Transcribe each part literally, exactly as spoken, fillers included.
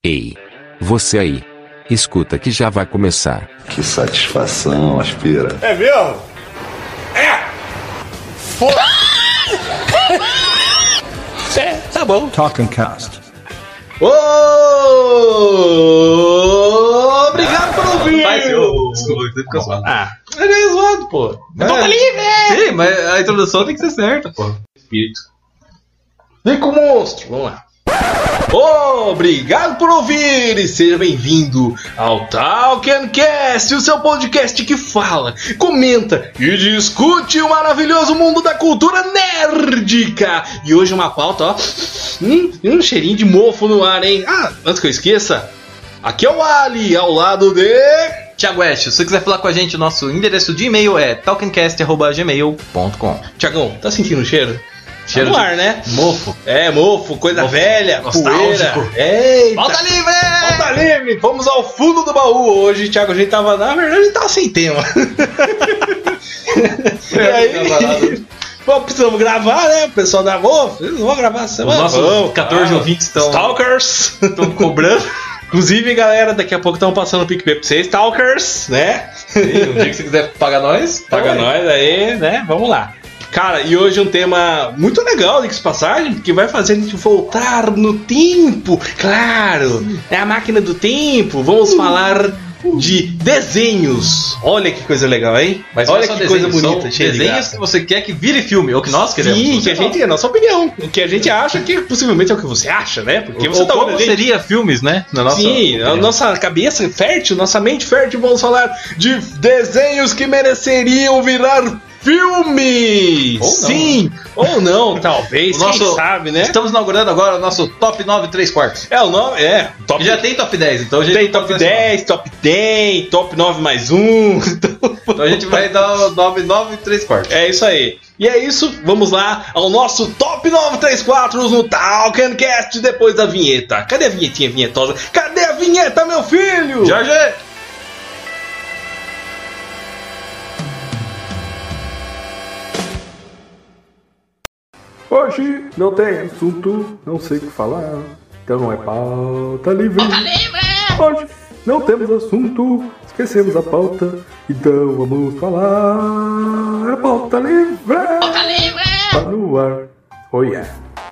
Ei, você aí. Escuta que já vai começar. Que satisfação, Aspira. É mesmo? É! Foda! É, tá bom. Talking Cast. Ô! Obrigado por ouvir! Faz eu. Desculpa, você fica zoado. Ah, mas é zoado, pô. É Toca livre! Sim, mas a introdução tem que ser certa, pô. Espírito. Vem com o monstro, vamos lá. Obrigado por ouvir e seja bem-vindo ao Talking Cast, o seu podcast que fala, comenta e discute o maravilhoso mundo da cultura nerdica. E hoje uma pauta, ó, hum, um cheirinho de mofo no ar, hein? Ah, antes que eu esqueça, aqui é o Ali, ao lado de... Thiago West, se você quiser falar com a gente, o nosso endereço de e-mail é talkingcast arroba gmail ponto com. Thiagão, tá sentindo o cheiro? Cheiro no de ar, né? Mofo. É, mofo, coisa Mofo. velha, Nostálgico. poeira. Eita. Volta livre! Volta livre! Vamos ao fundo do baú hoje, Thiago. A gente tava, na verdade, a gente tava sem tema. E aí, bom, precisamos gravar, né? O pessoal da Mofo, não vão gravar essa semana. Os nossos Vamos, catorze ah, ouvintes estão Stalkers. estão cobrando. Inclusive, galera, daqui a pouco estão passando o PicPay pra vocês, Stalkers, né? Sim, um dia que você quiser pagar nós, Paga aí. nós aí, né? Vamos lá. Cara, e hoje um tema muito legal, diga-se de passagem, porque vai fazer a gente voltar no tempo. Claro, é a máquina do tempo. Vamos falar de desenhos. Olha que coisa legal, hein? Mas olha não é que só coisa desenhos, bonita. são cheia de desenhos graça. que você quer que vire filme, ou que nós queremos. Sim, você que a gente, é a nossa opinião. O que a gente acha que possivelmente é o que você acha, né? Porque você ou tá como ouvindo a gente. seria filmes, né? Na nossa Sim, a opinião. nossa cabeça fértil, nossa mente fértil, vamos falar de desenhos que mereceriam virar filmes! Ou não, Sim! Ou não, talvez, O nosso- quem sabe, né? Estamos inaugurando agora o nosso top nove três quartos. É o nome, é. Top, Que já tem top dez, então a gente tem pode top fazer dez, top dez, top nove mais um. Então a gente vai dar o nove nove três quartos. É isso aí. E é isso, vamos lá ao nosso Top nove três quatro no Talking Cast depois da vinheta. Cadê a vinhetinha vinhetosa? Cadê a vinheta, meu filho? Jorge! Hoje não tem assunto, não sei o que falar, então não é pauta livre. Pauta livre! Hoje não temos assunto, esquecemos a pauta, então vamos falar. É pauta livre! Pauta livre! Tá no ar, oh yeah!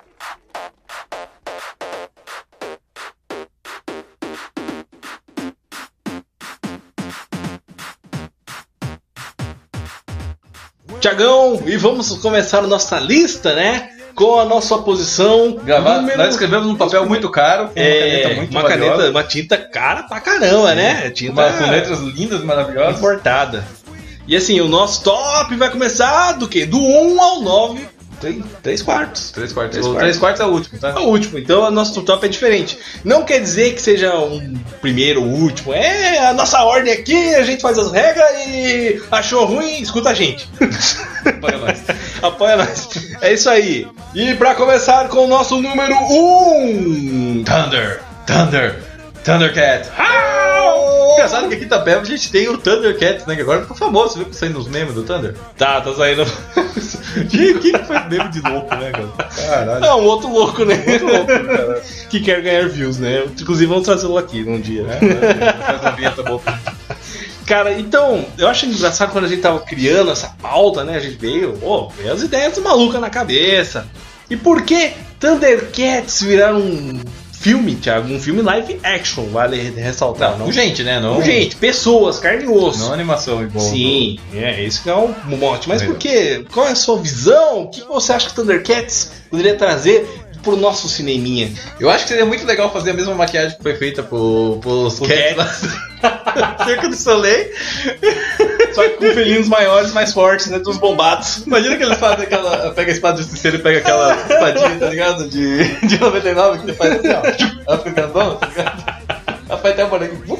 Tiagão, e vamos começar a nossa lista, né? Com a nossa posição. Gravar, número- nós escrevemos num papel muito caro, com uma É, caneta muito uma valiosa, caneta, uma tinta cara pra caramba, né? Tinta uma, com letras lindas e maravilhosas. importada. E assim, o nosso top vai começar do quê? Do um ao nove, três quartos. Três quartos. Três o quartos. três quartos é o último, tá? É o último, então o nosso top é diferente. Não quer dizer que seja um primeiro ou último. É a nossa ordem aqui, a gente faz as regras e achou ruim, escuta a gente. Apoia nós. Apoia nós. É isso aí. E pra começar com o nosso número um. Thunder! Thunder! Thundercat! Ah! Engraçado que aqui em Itapeva a gente tem o Thundercat, né? Que agora ficou famoso, viu? Saindo os memes do Thunder. Tá, tá saindo. Quem que faz meme de louco, né, cara? Caralho. É um outro louco, né? Muito louco, cara. Que quer ganhar views, né? Inclusive vamos trazê-lo aqui num dia. É, né? Faz uma vinheta boa. Cara, então, eu acho engraçado quando a gente tava criando essa pauta, né? A gente veio, pô, veio as ideias malucas na cabeça. E por que Thundercats viraram um filme, Thiago? Um filme live action, vale ressaltar. Não, gente, né? Não, Gente, pessoas, carne e osso. não animação igual. Sim, é, isso que é um mote. Mas Legal. por quê? Qual é a sua visão? O que você acha que Thundercats poderia trazer pro nosso cineminha? Eu acho que seria muito legal fazer a mesma maquiagem que foi feita pro, pros O cats lá. Circo do Soleil. Só que com felinos maiores, mais fortes, né? Dos bombados. Imagina que eles fazem aquela. Pega a espada justiceira e pega aquela espadinha, tá ligado? De, de noventa e nove que você faz assim, ó. Ela fica grandona, tá ligado? Ela faz até a boneca.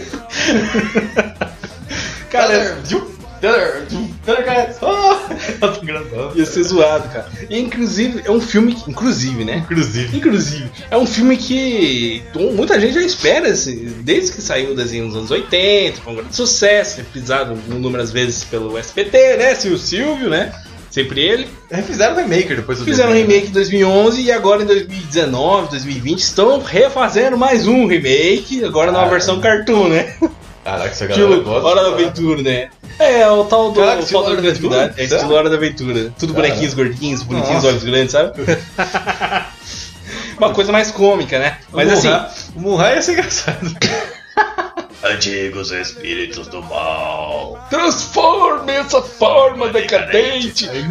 Cara, Thundercats! Ela fica grandona. ia ser zoado, cara. E inclusive, é um filme. Que, inclusive, né? Inclusive. Inclusive, é um filme que muita gente já espera, assim, desde que saiu o desenho nos anos oitenta, foi um grande sucesso, reprisado inúmeras vezes pelo S B T, né? Silvio Silvio, né? Sempre ele. Refizeram o remake depois do Fizeram um desenho, remake em dois mil e onze e agora em dois mil e dezenove, dois mil e vinte estão refazendo mais um remake, agora numa Ah, versão cartoon, né? Caraca, essa galera Estilo gosta. Hora da Aventura, né? É, o tal do Caraca, o estilo tal da Hora da Aventura? criatividade. É estilo Hora da Aventura. Tudo Cara. bonequinhos gordinhos, bonitinhos, Nossa. olhos grandes, sabe? Uma coisa mais cômica, né? Mas o assim, Munra, o Munra ia ser engraçado. Antigos espíritos do mal. transforme essa forma decadente em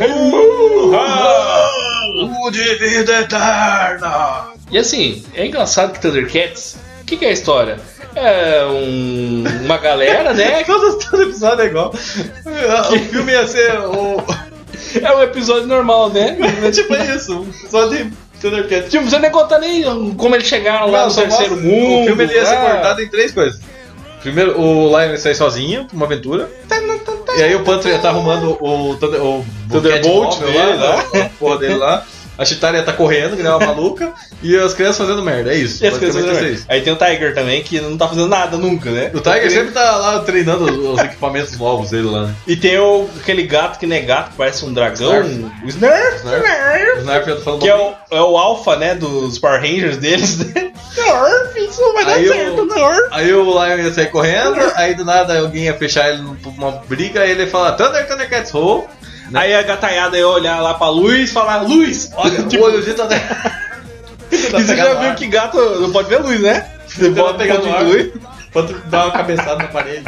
O de vida eterna. E assim, é engraçado que Thundercats, o que, que é a história? É um, uma galera, né? Todo, todo episódio é igual. O filme ia ser o. É um episódio normal, né? tipo isso, um episódio de Thundercats. Tipo, você nem conta nem como eles chegaram lá Não, no só terceiro mostra- mundo. O filme ele ia ser ah. cortado em três coisas. Primeiro, o Lion ia sair sozinho, pra uma aventura. E aí o Panther ia estar arrumando o, Thunder, o Thunderbolt Cat Móvel dele, lá, né? a porra dele lá. A Chitara ia estar correndo, que nem uma maluca. E as crianças fazendo merda, é isso. E as crianças basicamente fazendo isso. Aí tem o Tiger também, que não tá fazendo nada nunca, né? O Tiger sempre tá lá treinando os equipamentos novos dele lá, né? E tem o, aquele gato que não é gato, que parece um dragão. Snarf. O Snarf. O Snarf ia falando Que é o, é o alfa, né, dos Power Rangers deles, né? Snarf, isso não vai dar Aí certo, o- Snarf. Aí o Lion ia sair correndo, aí do nada alguém ia fechar ele numa briga, aí ele ia falar Thunder, Thundercats, Ho! Aí a gataiada ia olhar lá pra luz e falar, Luz, olha, tipo, O olho de Thunder. e você já viu que gato não pode ver luz, né? Você Pode pegar no ar, luz. pode dar uma cabeçada na parede.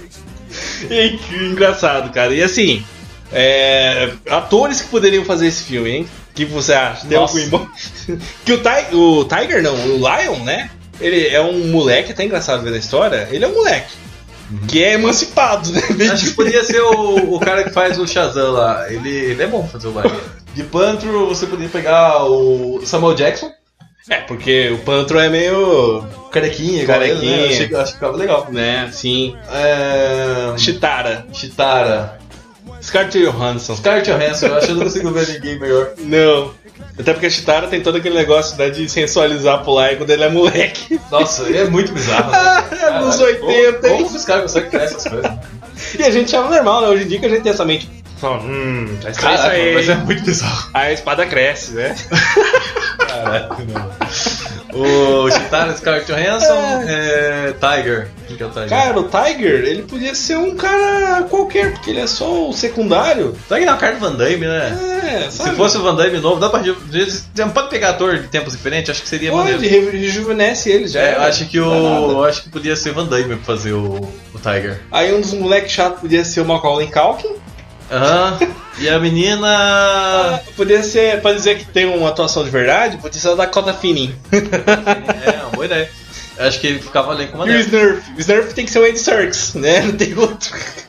E que engraçado, cara. E assim, é, atores que poderiam fazer esse filme, hein? O que você acha? Tem Nossa. algum irmão? Que o, Ti- o Tiger, não, o Lion, né? Ele é um moleque, até engraçado ver na história. Ele é um moleque. Que é emancipado, né? Acho que podia ser o, o cara que faz o Shazam lá. Ele, ele é bom fazer o Lion. De Pantro você podia pegar o Samuel Jackson. É, porque o Pantro é meio. Carequinha, igual ele, Carequinha. né? Achei, acho que ficava legal. né, sim. É... Chitara. Chitara. Scarlett Johansson. Scarlett Johansson, eu acho que eu não consigo ver ninguém melhor. Não. Até porque a Chitara tem todo aquele negócio, né, de sensualizar pro Lion quando ele é moleque. Nossa, ele é muito bizarro. Ah, Né? é nos oitenta, Como hein? os caras conseguem criar essas coisas? E a gente chama normal, né? Hoje em dia que a gente tem essa mente. Fala, hum, já está isso Caraca, aí. mas é muito bizarro. Aí a espada cresce, né? Caraca, não. O Chitara, Scarlett Johansson, é... Tiger. Quem que é o Tiger? Cara, o Tiger, ele podia ser um cara qualquer, porque ele é só o secundário. Tiger é uma cara do Van Damme, né? É, Se sabe? fosse o Van Damme novo, dá pra. Não pode pegar ator de tempos diferentes, acho que seria Pode, maneiro. re- rejuvenesce ele já. É, era. acho que Não dá nada. o. Acho que podia ser Van Damme pra fazer o, o Tiger. Aí um dos moleques chatos podia ser o Macaulay Culkin. Aham. E a menina. Ah, podia ser, pra dizer que tem uma atuação de verdade, podia ser a Dakota Fanning. É, uma boa ideia. Acho que ele ficava além com uma E o dessa. Snurf. O Snurf tem que ser o Andy Serkis, né? Não tem outro.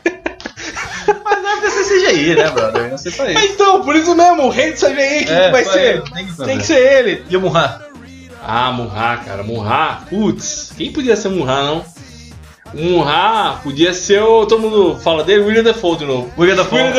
Mas não é pra ser C G I, né, brother? Não sei pra Mas isso. então, por isso mesmo, o rei do C G I, quem É, que vai só ser? ele, tem que fazer. Tem que ser ele. E o Munra? Ah, Munra, cara, Munra. Putz, quem podia ser Munra, não? O Munra podia ser o. Todo mundo fala dele, William Dafoe de novo. William Dafoe. William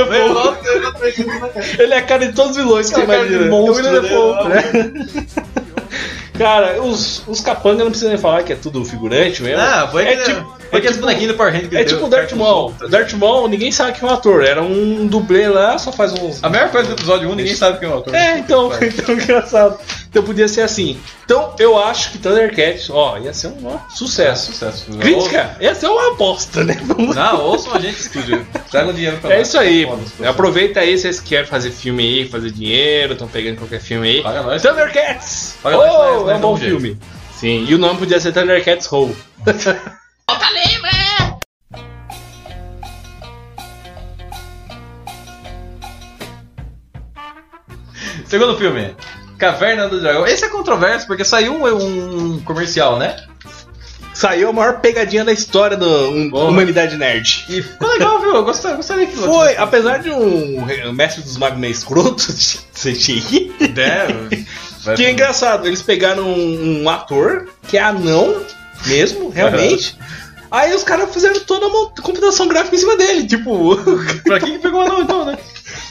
Dafoe. Ele é a cara de todos os vilões que você Cara de imagina. monstro, É o William Dafoe, né? né? Cara, os, os capangas não precisa nem falar que é tudo figurante mesmo. Ah, foi é aquele, tipo, foi é aqueles tipo, bonequinhos do Power Ranger que é deu, tipo o Darth cartão Maul. solto. Darth Maul, ninguém sabe que é um ator. Era um dublê lá, só faz uns. A melhor coisa do episódio um, ninguém sabe quem é o autor. É, então, então engraçado. Então podia ser assim. Então eu acho que Thundercats, ó, ia ser um ó, sucesso. Sucesso. Crítica, ia ser uma aposta, né? Não, ouçam a gente estúdio. Traga um dinheiro pra É nós. isso aí. Foda, pô. foda. Aproveita aí, vocês querem fazer filme aí, fazer dinheiro, estão pegando qualquer filme aí. Paga nós. Thundercats! Paga nós, nós, Oh, nós é um bom dá um jeito. filme. Sim, e o nome podia ser Thundercats Ho. Segundo filme, Caverna do Dragão. Esse é controverso porque saiu um, um comercial, né? Saiu a maior pegadinha da história da um, Bom, Humanidade Nerd. E ficou legal, viu? Eu gostei, eu gostaria que Foi, apesar de um re- mestre dos magos meio escroto, você tinha que É, Que é engraçado, eles pegaram um, um ator que é anão mesmo, realmente. Aí os caras fizeram toda uma computação gráfica em cima dele, tipo. Pra quem que pegou não então, né?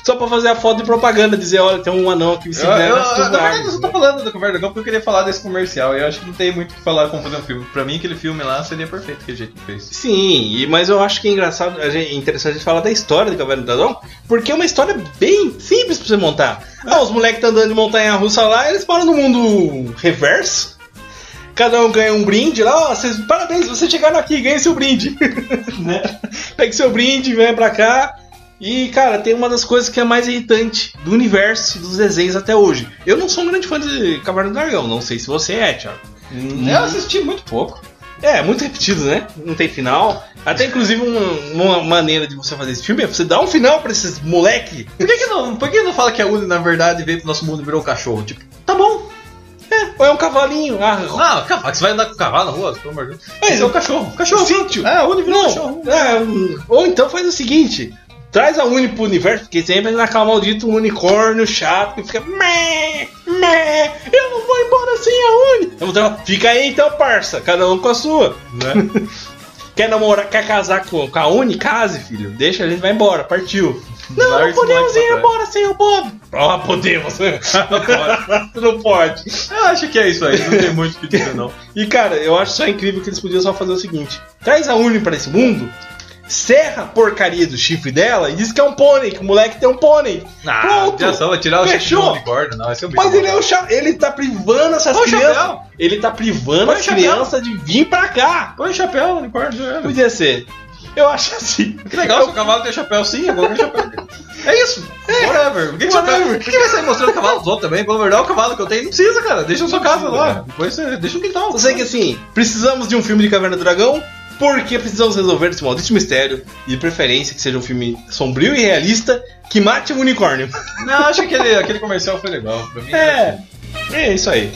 só pra fazer a foto de propaganda, dizer, olha, tem um anão aqui, se Eu, der, eu, mas eu, tudo na verdade, água. eu só tô falando da Caverna do Dragão porque eu queria falar desse comercial. E eu acho que não tem muito o que falar como fazer um filme. Pra mim, aquele filme lá seria perfeito, aquele jeito que fez. Sim, e- mas eu acho que é engraçado, a gente- é interessante a gente falar da história do Caverna do Dragão, porque é uma história bem simples pra você montar. Ah, os moleques estão andando de montanha-russa lá, eles param no mundo reverso. Cada um ganha um brinde lá, ó, vocês, parabéns, vocês chegaram aqui, ganha seu brinde. Né? Pegue seu brinde, vem pra cá. E, cara, tem uma das coisas que é mais irritante do universo dos desenhos até hoje. Eu não sou um grande fã de Caverna do Dragão, não sei se você é, Thiago. Eu assisti muito pouco. É, muito repetido, né? Não tem final. Até, inclusive, uma, uma maneira de você fazer esse filme é você dar um final pra esses moleque. Por que, que não? Por que não fala que a Uni, na verdade, veio pro nosso mundo e virou um cachorro? Tipo, tá bom. É, ou é um cavalinho. Ah, Não, cavalo, você vai andar com cavalo na rua, pelo amor de Deus. Mas Esse é o cachorro. Cachorro. Sítio. É, a Uni virou um não, cachorro. é, um- ou então faz o seguinte: traz a Uni pro universo, porque sempre naquela maldita um unicórnio chato que fica. Mé, mé, eu não vou embora sem a Uni. Eu vou dar- Fica aí então, parça, cada um com a sua. Né? Quer namorar, quer casar com, com a Uni? Case, filho. Deixa ele, vai embora, partiu. Não, Larga não esse podemos moleque ir pra embora sem o Bob. Ah, podemos. Não pode. Não pode. Eu acho que é isso aí, não tem muito o que dizer, não. E cara, eu acho só incrível que eles podiam só fazer o seguinte: traz a Uni pra esse mundo, serra a porcaria do chifre dela e diz que é um pônei, que o moleque tem um pônei. Ah, Pronto. já só vai tirar o chifre Fechou. do unicórnio, não, esse é um bicho. Mas ele é o cha... ele tá privando essas Põe o crianças. chapéu. Ele tá privando Põe o as chapéu. crianças de vir pra cá. Põe o chapéu no unicórnio, já era. Podia ser. Eu acho assim. Que legal, seu cavalo tem chapéu sim, eu vou ver chapéu. É isso, whatever. Por que, que, você vai, por que que vai sair mostrando o cavalo dos outros também? Pelo verdade, o cavalo que eu tenho não precisa, cara. Deixa na sua casa lá. Depois você deixa no quintal. Eu sei que assim, precisamos de um filme de Caverna do Dragão, porque precisamos resolver esse maldito mistério. E de preferência que seja um filme sombrio e realista que mate um unicórnio. Não, acho que aquele, aquele comercial foi legal. Pra mim, É, é isso aí.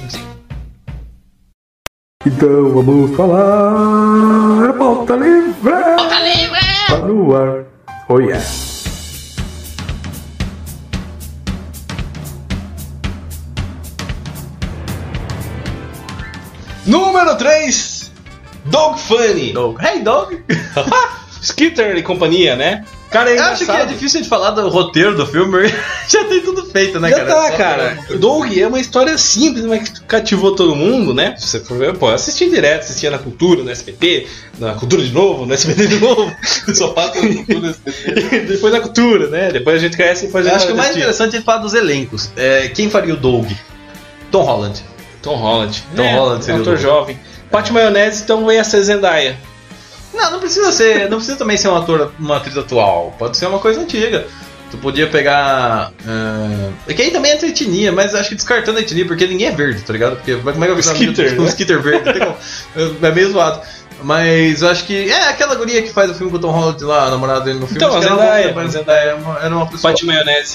Então vamos falar. Pauta livre! Pauta livre! Tá no ar. Oh yeah! Número três, Dog Funny. Dog. Hey, dog! Skitter e companhia, né? Cara, é Eu acho que é engraçado. difícil de falar do roteiro do filme, já tem tudo feito, né, Já cara? tá, Só cara. pra- Doug é uma história simples, mas que cativou todo mundo, né? Se você for ver, pô, assistir direto, assistia na Cultura, no S B T, na Cultura de novo, no S B T de novo. Só passa no Cultura S B T. Depois na Cultura, né? Depois a gente cresce e depois a Eu gente acho que o mais assistir. interessante é falar dos elencos. É, quem faria o Doug? Tom Holland. Tom Holland. Tom É, Holland seria um o ator Doug. jovem. Pat Maionese, então ia ser Zendaya. Não, não precisa ser, não precisa também ser um ator, uma atriz atual. Pode ser uma coisa antiga. Tu podia pegar. Uh... É que aí também entra etnia, mas acho que descartando a etnia, porque ninguém é verde, tá ligado? Porque como é que eu vi Skitter, um né? Skitter verde? Não tem como. É meio zoado. Mas eu acho que. É aquela guria que faz o filme com o Tom Holland lá, a namorada dele no filme. Então, acho que a era uma- Zendaya, mas a Zendaya. Era uma, era uma pessoa. Pat Maionese.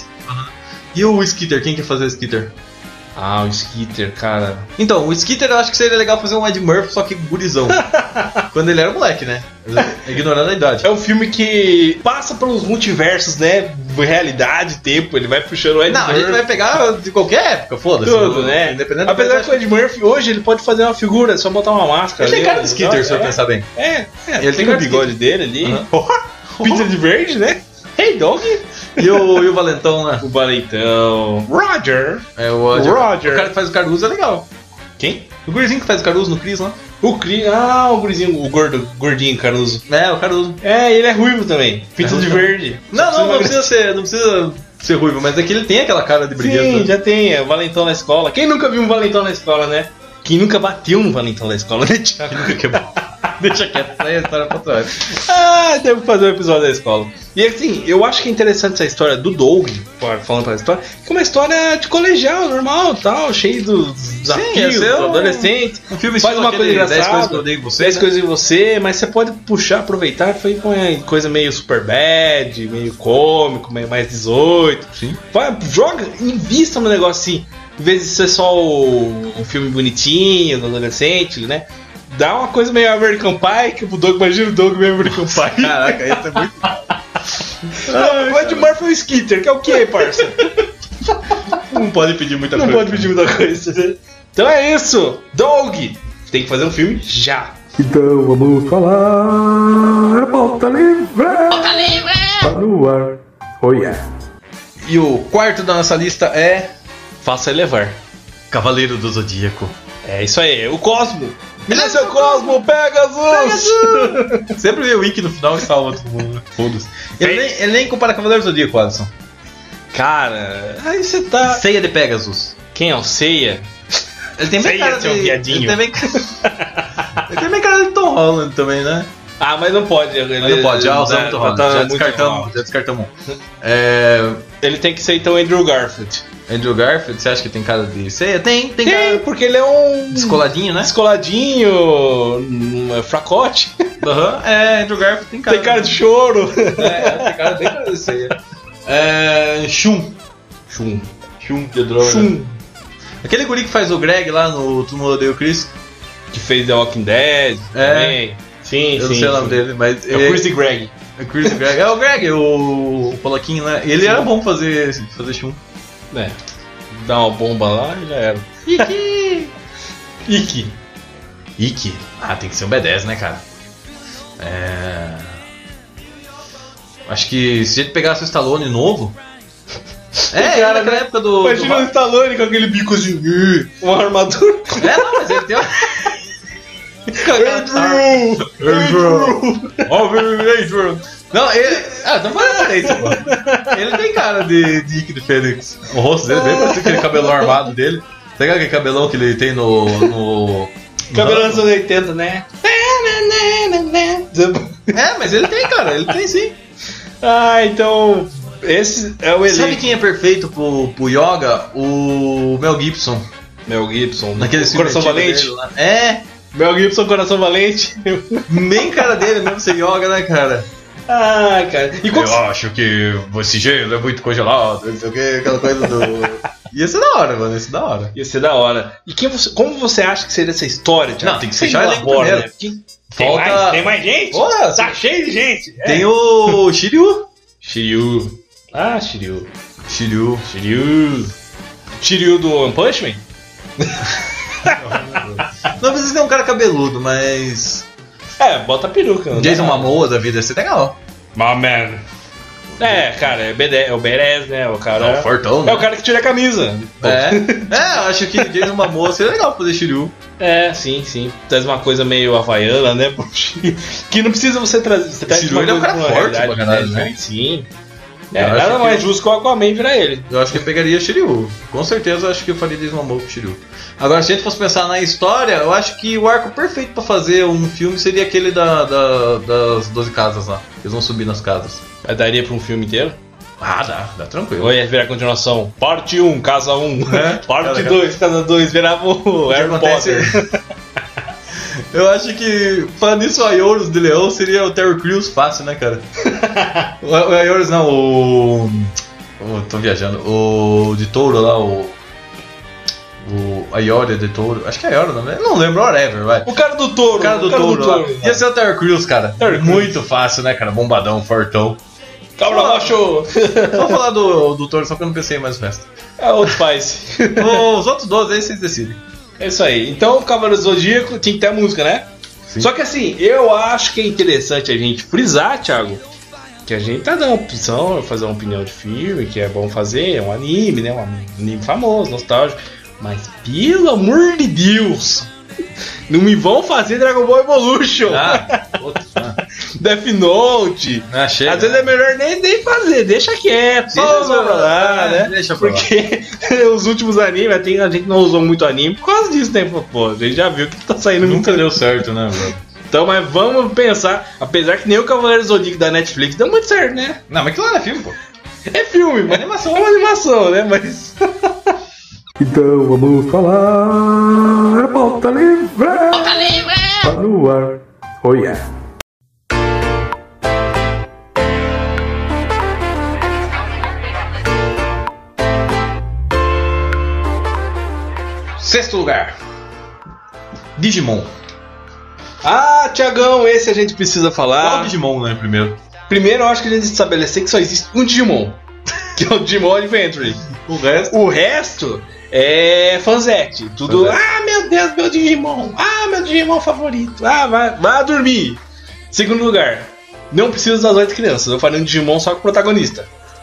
E o Skitter, quem quer fazer o Skitter? Ah, o Skitter, cara. Então, o Skitter eu acho que seria legal fazer um Ed Murphy, só que gurizão. Quando ele era moleque, né? Ignorando a idade. É um filme que passa pelos multiversos, né? Realidade, tempo, ele vai puxando o Ed Não, a Murphy. gente vai pegar de qualquer época, foda-se. Tudo, né? Independente Apesar do que o Ed Murphy, hoje, ele pode fazer uma figura, é só botar uma máscara. Ele tem ali, cara de Skitter, né? se eu é, pensar bem. É, é, Ele ele tem tem cara o de bigode dele ali. Uhum. Pinta de verde, né? Hey, dog! E o, e o Valentão, né? O Valentão. Roger! É o Roger. O cara que faz o Caruso é legal. Quem? O gurizinho que faz o Caruso no Cris lá. O Cri... Ah, o gurizinho, o gordo, gordinho Caruso. É, o Caruso. É, ele é ruivo também. Pinta É de ruivo. verde. Não, Só não, não precisa precisa ser, não precisa ser ruivo, mas é que ele tem aquela cara de emagrecer. briguento. Sim, já tem. É o Valentão na escola. Quem nunca viu um Valentão na escola, né? Quem nunca bateu no Valentão na escola, né, Thiago? Quem nunca quebrou. Deixa quieto, essa aí é a história pra trás. Ah, devo fazer um episódio da escola. E assim, eu acho que é interessante essa história do Doug, falando pela história, que é uma história de colegial, normal, tal, cheio dos desafios, ia ser do um- adolescente. Um filme Faz uma coisa aquele dez engraçada, coisas que eu odeio em você. dez né? coisas em você, mas você pode puxar, aproveitar, foi com coisa meio super bad, meio cômico, meio mais dezoito. Sim. Vai, joga, invista no negócio assim, em vez de ser só o, um filme bonitinho, do adolescente, né? Dá uma coisa meio American Pie, que o Doug, imagina o Doug meio American Pie. Caraca, isso é muito. Não, o Ed Murphy é o Skitter, que é o que, parça? Não pode pedir muita Não coisa. pode pedir muita coisa. Né? Então é isso, Doug! Tem que fazer um filme já. Então vamos falar. Pauta livre! Pauta livre! Tá no ar. Oh yeah! E o quarto da nossa lista é Faça elevar. Cavaleiro do Zodíaco. É isso aí, o Cosmo. Beleza, seu Cosmo, Pegasus! Pegasus! Sempre vê o Wiki no final e salva todo mundo. Foda-se. Ele nem, ele nem compara Cavaleiro do Zodíaco, Alisson. Cara, aí você tá... Ceia de Pegasus. Quem é o Seiya? Ele tem bem Seiya, cara de... seu viadinho. Ele tem bem... ele tem bem cara de Tom Holland também, né? Ah, mas não pode. Ele, Mas não pode, já usamos Tom Holland. tá Já muito descartamos, mal. já descartamos. É... Ele tem que ser então Andrew Garfield. Andrew Garfield, você acha que tem cara de ceia? Tem, tem, Tem, cara porque ele é um... descoladinho, né? Descoladinho, um fracote. Aham, é, Andrew Garfield tem cara. Tem cara de choro. É, tem cara bem cara de ceia. É... Shun. Shun. Shun de droga. Shun. Aquele guri que faz o Greg lá no Todo Mundo Odeia o Chris. Que fez The Walking Dead. É. Também. Sim, Eu sim. não sei o nome sim. dele, mas... É o Chris e Greg. É o Chris Greg. É o Greg, o, o Polaquinho, né? E ele Sim. era bom fazer, fazer Shun. É. Dá uma bomba lá e já era. Iki! Ikki. Ikki? Ah, tem que ser um B dez, né, cara? É... Acho que se a gente pegasse o Stallone novo... É, Cara, cara, na né? época do... Imagina do... o Stallone com aquele bico de... Uma armadura. É, não, mas ele tem... Andrew! Andrew! Andrew! Não, ele... Ah, não faz referência, mano. Ele tem cara de, de Ike de Fênix. O rosto dele bem parece aquele cabelão armado dele. Tá ligado aquele cabelão que ele tem no... no... Cabelo dos anos oitenta, né? É, mas ele tem, cara. Ele tem sim. Ah, então... Esse é o elenco. Sabe quem é perfeito pro, pro yoga? O Mel Gibson. Mel Gibson. Naquele filme Coração antigo Valente. dele lá. É, Mel Gibson, Coração Valente. bem cara dele mesmo ser yoga, né, cara? Ah, cara. E quando... Eu acho que esse gelo é muito congelado, não sei o que, aquela coisa do... Ia ser da hora, mano, ia ser da hora. Ia ser da hora. E quem você... como você acha que seria essa história, Thiago? Não, tem que fechar o elenco primeiro. né? Tem, Falta- mais, tem mais gente? Porra, Tá cheio de gente. Tem é. o Shiryu. Shiryu. Ah, Shiryu. Shiryu. Shiryu. Shiryu do One Punch Man? Não precisa ter um cara cabeludo, mas... É, bota a peruca. não Jason dá nada. Momoa da vida ia ser legal. My man. É, cara, é, B D, é o badass, né? O cara... É o fortão, né? É o cara que tira a camisa. É, é, eu acho que Jason Momoa seria legal fazer Shiryu. É, sim, sim. Traz uma coisa meio havaiana, né? Que não precisa você trazer. Você traz Shiryu, uma ele é um coisa cara pra uma forte realidade, pra caralho, né? né? Sim. Eu É, acho nada que mais eu- justo que o Aquaman virar ele. Eu acho que eu pegaria Shiryu. Com certeza eu acho que eu faria Jason Momoa com Shiryu. Agora, se a gente fosse pensar na história, eu acho que o arco perfeito pra fazer um filme seria aquele da, da- das doze casas lá. Eles vão subir nas casas. Mas daria pra um filme inteiro? Ah, dá, dá tranquilo. Ou ia virar a continuação? Parte um, casa um. É, Parte cara, dois, casa dois. Virava o O que Harry acontece- Potter. Eu acho que, falando nisso, o Ayorus de Leão seria o Terry Crews fácil, né, cara? o, o Ayorus não, o... o... Tô viajando. O de touro lá, o... O Ayoria de touro. Acho que é Ayoria, não é? Não lembro, whatever, vai. O cara do touro. O cara do touro lá. Ia ser o Terry Crews, cara. Terry Crews. Muito fácil, né, cara? Bombadão, fortão. Cabra macho. Vamos falar do, do touro, só que eu não pensei mais no resto. É outro Spice. Os outros doze aí vocês decidem. É isso aí. Então, o Cavaleiro do Zodíaco tinha que ter a música, né? Sim. Só que assim, eu acho que é interessante a gente frisar, Thiago, que a gente tá dando opção, fazer uma opinião de filme, que é bom fazer, é um anime, né? Um anime famoso, nostálgico. Mas, pelo amor de Deus, não me vão fazer Dragon Ball Evolution, Ah, outro. Ah, Death Note. ah chega. Às vezes é melhor nem, nem fazer, deixa quieto, Deixa só só- pra lá, é, né? deixa pra lá. Porque os últimos animes, até a gente não usou muito anime por causa disso, né? Pô, a gente já viu que tá saindo muito. Nunca deu certo, né, velho? Então, mas vamos pensar, apesar que nem o Cavaleiro do Zodíaco da Netflix deu muito certo, né? Não, mas aquilo lá não é filme, pô. É filme, mas animação. é uma animação, né? Mas. Então vamos falar. Pauta livre! Pauta livre! Tá no ar. Oh yeah! Sexto lugar. Digimon. Ah, Tiagão, esse a gente precisa Qual falar. Digimon, né, primeiro? Primeiro, eu acho que a gente estabelecer que só existe um Digimon, que é o Digimon Adventure. O resto... O resto é fanzete. Tudo, Fanzete. ah, meu Deus, meu Digimon. Ah, meu Digimon favorito. Ah, vai, vai dormir. Segundo lugar, não precisa das oito crianças. Eu falei um Digimon só com o protagonista.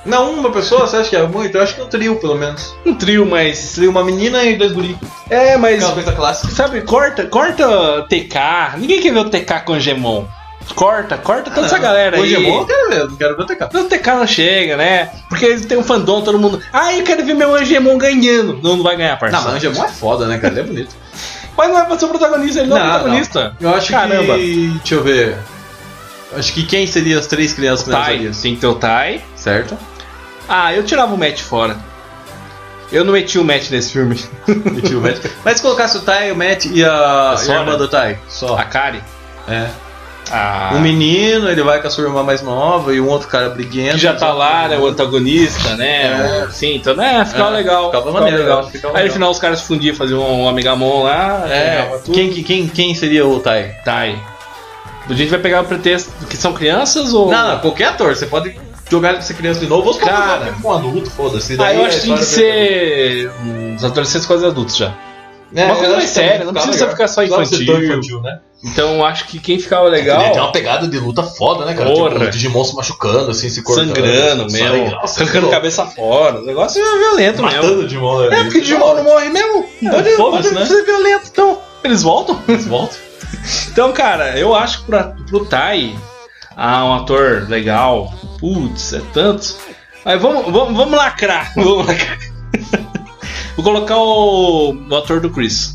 Não, uma pessoa, você acha que é muito? Eu acho que é um trio, pelo menos. Um trio, mas... Trio, uma menina e dois guri. É, mas... Aquela coisa clássica. Sabe, corta, corta T K. Ninguém quer ver o T K com o Gemon. Corta, corta toda ah, essa galera aí. O Gemon eu quero ver, não quero ver o T K. O T K não chega, né? Porque eles têm um fandom, todo mundo... Ah, eu quero ver meu Angemon ganhando. Não, não vai ganhar, parceiro. Não, mas o Angemon é foda, né, cara? Ele é bonito. Mas não é pra ser o protagonista, ele não, não é o protagonista. Não. Eu acho Caramba. que... Deixa eu ver. Acho que quem seria as três crianças que nós Tai. Tem que ter o Tai. Certo. Ah, eu tirava o Matt fora. Eu não meti o Matt nesse filme. Meti o Matt. Mas se colocasse o Tai, o Matt e a, a irmã do Tai? Só. A Kari? É. Ah. Um menino, ele vai com a sua irmã mais nova e um outro cara briguento. Que já tá lá, né? O antagonista, né? É. Sim, então, né? Ficava é. legal. Ficava, ficava maneiro, legal. Ficava Aí legal. no final os caras se fundiam, faziam um Amigamon lá. É. Quem, quem, quem seria o Tai? Tai. A gente vai pegar o pretexto que são crianças ou. Não, não, qualquer ator. Você pode jogar ele pra ser criança de novo ou cara, com um adulto, foda-se. Ah, eu acho que tem que ser uns adolescentes quase adultos já. É, uma coisa mais séria, não precisa legal. Ficar só infantil. infantil né? Então acho que quem ficava legal. Ele tem uma pegada de luta foda, né, cara? Porra. Tipo, o Digimon se machucando, assim, se cortando. Sangrando mesmo. Arrancando cabeça fora. O negócio é violento Matando mesmo. O Digimon, né? É, porque o Digimon não morre mesmo. É, pode pode né? ser violento, então. Eles voltam? Eles voltam. Então, cara, eu acho que pra, pro Tai, ah, um ator legal. Putz, é tanto. Mas vamos, vamos, vamos lacrar. Vamos lacrar. Vou colocar o, o ator do Chris.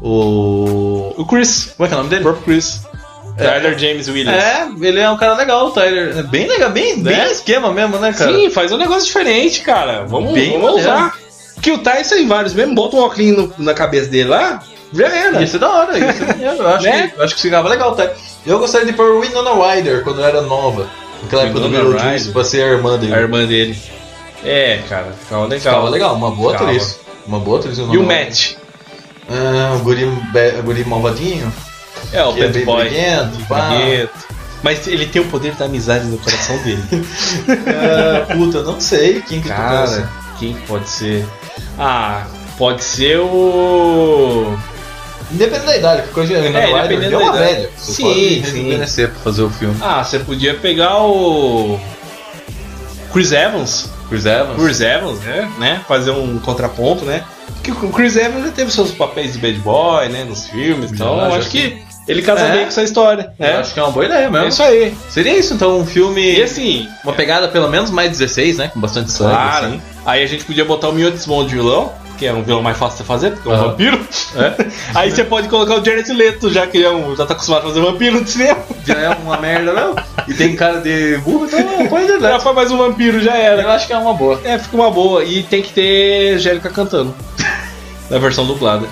O. O Chris. Como é que é o nome dele? O próprio Chris. É. Tyler James Williams. É, ele é um cara legal, o Tyler. É bem legal, bem, né? bem esquema mesmo, né, cara? Sim, faz um negócio diferente, cara. Vamos, bem vamos usar. Que o Tyson tem vários mesmo, bota um óculos na cabeça dele lá, já era. Ia ser da hora, ia ser maneiro. Eu acho, né? que, eu acho que ficava legal, tá? Eu gostaria de pôr Winona Ryder quando eu era nova. Naquela época do Beetlejuice, pra ser a irmã dele. A irmã dele. É, cara, ficava legal. Ficava legal, uma boa ficava. atriz. Uma boa atriz. E o Matt? Ah, o guri, o guri malvadinho. É, o bad é boy. Briguento, mas ele tem o poder da amizade no coração dele. Ah, puta, não sei quem que cara, tu pensa. Quem pode ser? Ah, pode ser o... Independente da idade, porque hoje é, é dependendo é uma da velha. Você sim, sim. Envelhecer pra fazer o filme. Ah, você podia pegar o... Chris Evans. Chris Evans? Chris Evans, né? né? Fazer um contraponto, né? Porque o Chris Evans já teve seus papéis de bad boy, né? Nos filmes, então já, já acho que... que ele casa é. bem com essa história. Né? Eu acho que é uma boa ideia mesmo. É isso aí. Seria isso, então, um filme... E assim... Uma pegada pelo menos mais dezesseis, né? Com bastante sangue. Claro. Assim. Aí a gente podia botar o Miyotsumo de vilão, que é um vilão mais fácil de fazer, porque é um ah. vampiro. É. Aí você pode colocar o Jared Leto, já que ele é um, já tá acostumado a fazer vampiro no cinema. Já é uma merda, não? E tem cara de burro, então não pode Já dar. foi mais um vampiro, já era. Eu acho que é uma boa. É, fica uma boa. E tem que ter Angélica cantando. Na versão dublada.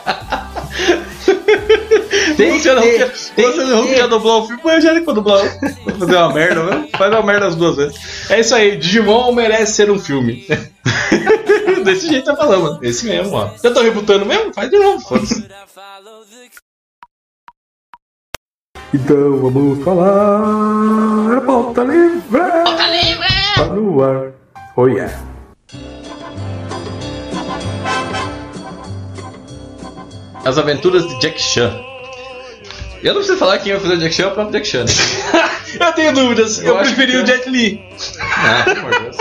Tem que ter. Você não quer dublar o filme, põe a Angélica pra dublar. Vai fazer uma merda, né? Faz uma merda as duas vezes. É isso aí, Digimon merece ser um filme. Desse jeito tá falando. Esse mesmo, ó. Eu tô rebutando mesmo? Faz de novo, foda-se. Então vamos falar. Pauta livre! Pauta livre! Tá no ar. Oh yeah! As Aventuras de Jack Chan. Eu não preciso falar quem vai fazer o Jack Chan, é o próprio Jack Chan. Né? Eu tenho dúvidas. Eu, eu preferi que... o Jet Li. Ah, pelo amor de Deus.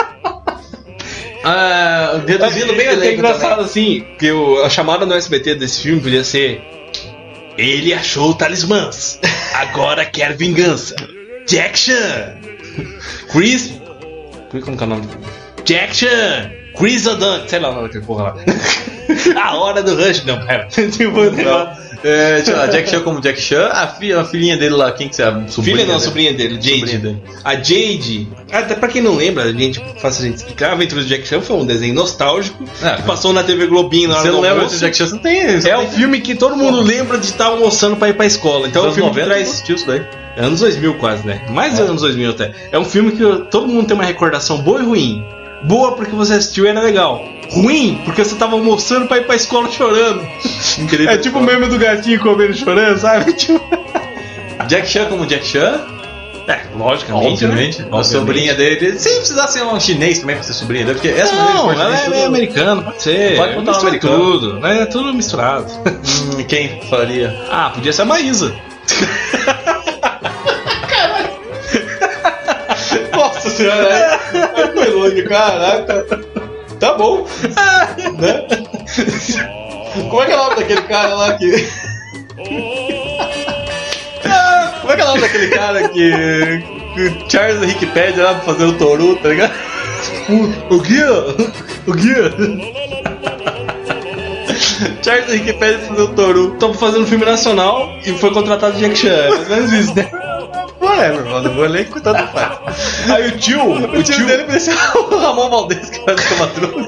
Ah, reduzindo bem o elenco. É engraçado também. assim, que o, a chamada no S B T desse filme podia ser: ele achou talismãs, agora quer vingança. Jack Chan. Chris. Como que é o nome? Jack Chan. Chris O'Donnell. Sei lá o nome daquele porra lá. A hora do Rush. Não, pera. Não. É, deixa eu lá, Jack Chan como Jack Chan, a, filha, a filhinha dele lá, quem que você é? Filha não, dele? sobrinha dele, Jade. Sobrinha dele. A Jade, até pra quem não lembra, a gente faz a gente explicar, a Aventura do Jack Chan foi um desenho nostálgico ah, que passou na T V Globinho na hora do almoço. Você não lembra do Jack Chan? Você não tem isso. É um filme que todo mundo lembra de estar almoçando pra ir pra escola. Então é um filme que traz... Isso daí. Anos dois mil quase, né? Mais é. dos anos dois mil até. É um filme que todo mundo tem uma recordação boa e ruim. Boa porque você assistiu e era legal. Ruim porque você tava almoçando pra ir pra escola chorando. Incrível. É tipo o meme do gatinho comendo chorando, sabe? Tipo... Jack Chan como Jack Chan? É, logicamente. Obviamente. Né? A sobrinha dele. Sem precisar ser um chinês também pra ser sobrinha dele, porque essa não, ela é tudo... americana, pode ser. Pode botar um americano. Tudo, né? É tudo misturado. Hum, quem faria? Ah, podia ser a Maísa. Nossa senhora, é. hoje, caraca. Tá bom. Né? Como é que é o nome daquele cara lá que... Como é que é o nome daquele cara que... que o Charles Henrique pede lá pra fazer o Toru, tá ligado? O guia? O guia? Charles Henrique pede pra fazer o Toru. Tô fazendo filme nacional e foi contratado Jack Chan. É mais ou menos isso, né? Whatever, mano. Vou ler que tanto faz. Aí o tio... O, o tio, tio dele parecia o Ramon Valdez, que faz o Madruga.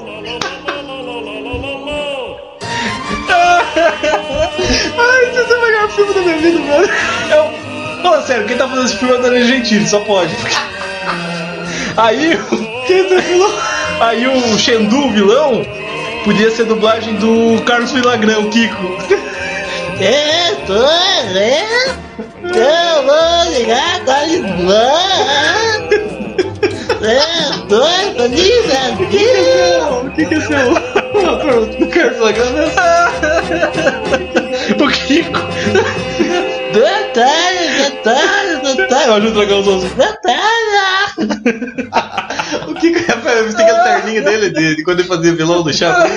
Ai, esse é o melhor filme da minha vida, mano. Eu... Fala sério, quem tá fazendo esse filme é o Danilo Gentili, só pode. Aí... Quem é vilão? Aí o Xandu, o vilão, podia ser dublagem do Carlos Villagrán, o Kiko. É, tô, né? Eu vou ligar com a Lisboa. É, tô, tô ligado. O que que é seu? O Carlos Villagrán, né? O Kiko. Detalhe, detalhe, detalhe. Olha o dragão azul. Detalhe. O Kiko é tem aquele terninho dele de, de quando ele fazia vilão do Chaves.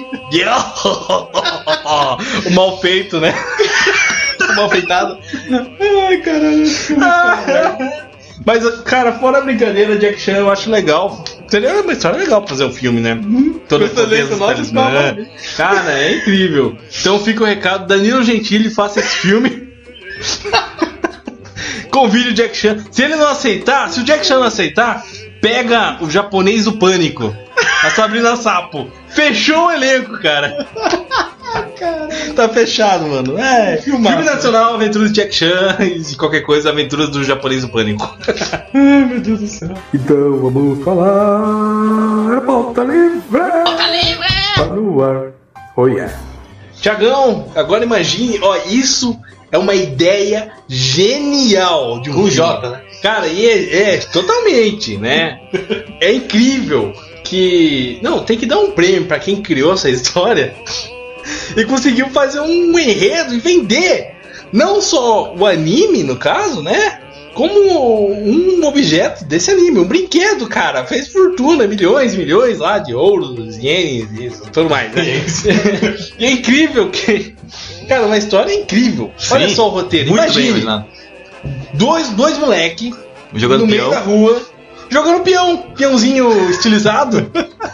O mal feito, né? O mal feitado. Ai, caralho. Mas, cara, fora a brincadeira, Jack Chan eu acho legal. Seria uma história legal pra fazer um filme, né? Todo o talismã. Cara, é incrível. Então fica o recado, Danilo Gentili, faça esse filme. Convide o Jack Chan. Se ele não aceitar, se o Jack Chan não aceitar, pega o japonês do Pânico, a Sabrina Sapo. Fechou o elenco, cara. Tá fechado, mano. É, filme nacional, aventuras de Jack Chan e qualquer coisa, aventuras do japonês do Pânico. Ai, meu Deus do céu. Então vamos falar. Pauta livre! Pauta livre! Tá no ar. Oh yeah. Tiagão, agora imagine, ó, isso é uma ideia genial de um Com filme. J, né? Cara, e é, é totalmente, né? É incrível que... Não, tem que dar um prêmio pra quem criou essa história e conseguiu fazer um enredo e vender não só o anime, no caso, né? Como um objeto desse anime, um brinquedo, cara. Fez fortuna, milhões e milhões lá de ouros, ienes e tudo mais, né? E é incrível que... Cara, uma história incrível. Sim, olha só o roteiro, imagine. Dois, dois moleque jogando no peão. meio da rua, jogando peão, peãozinho estilizado.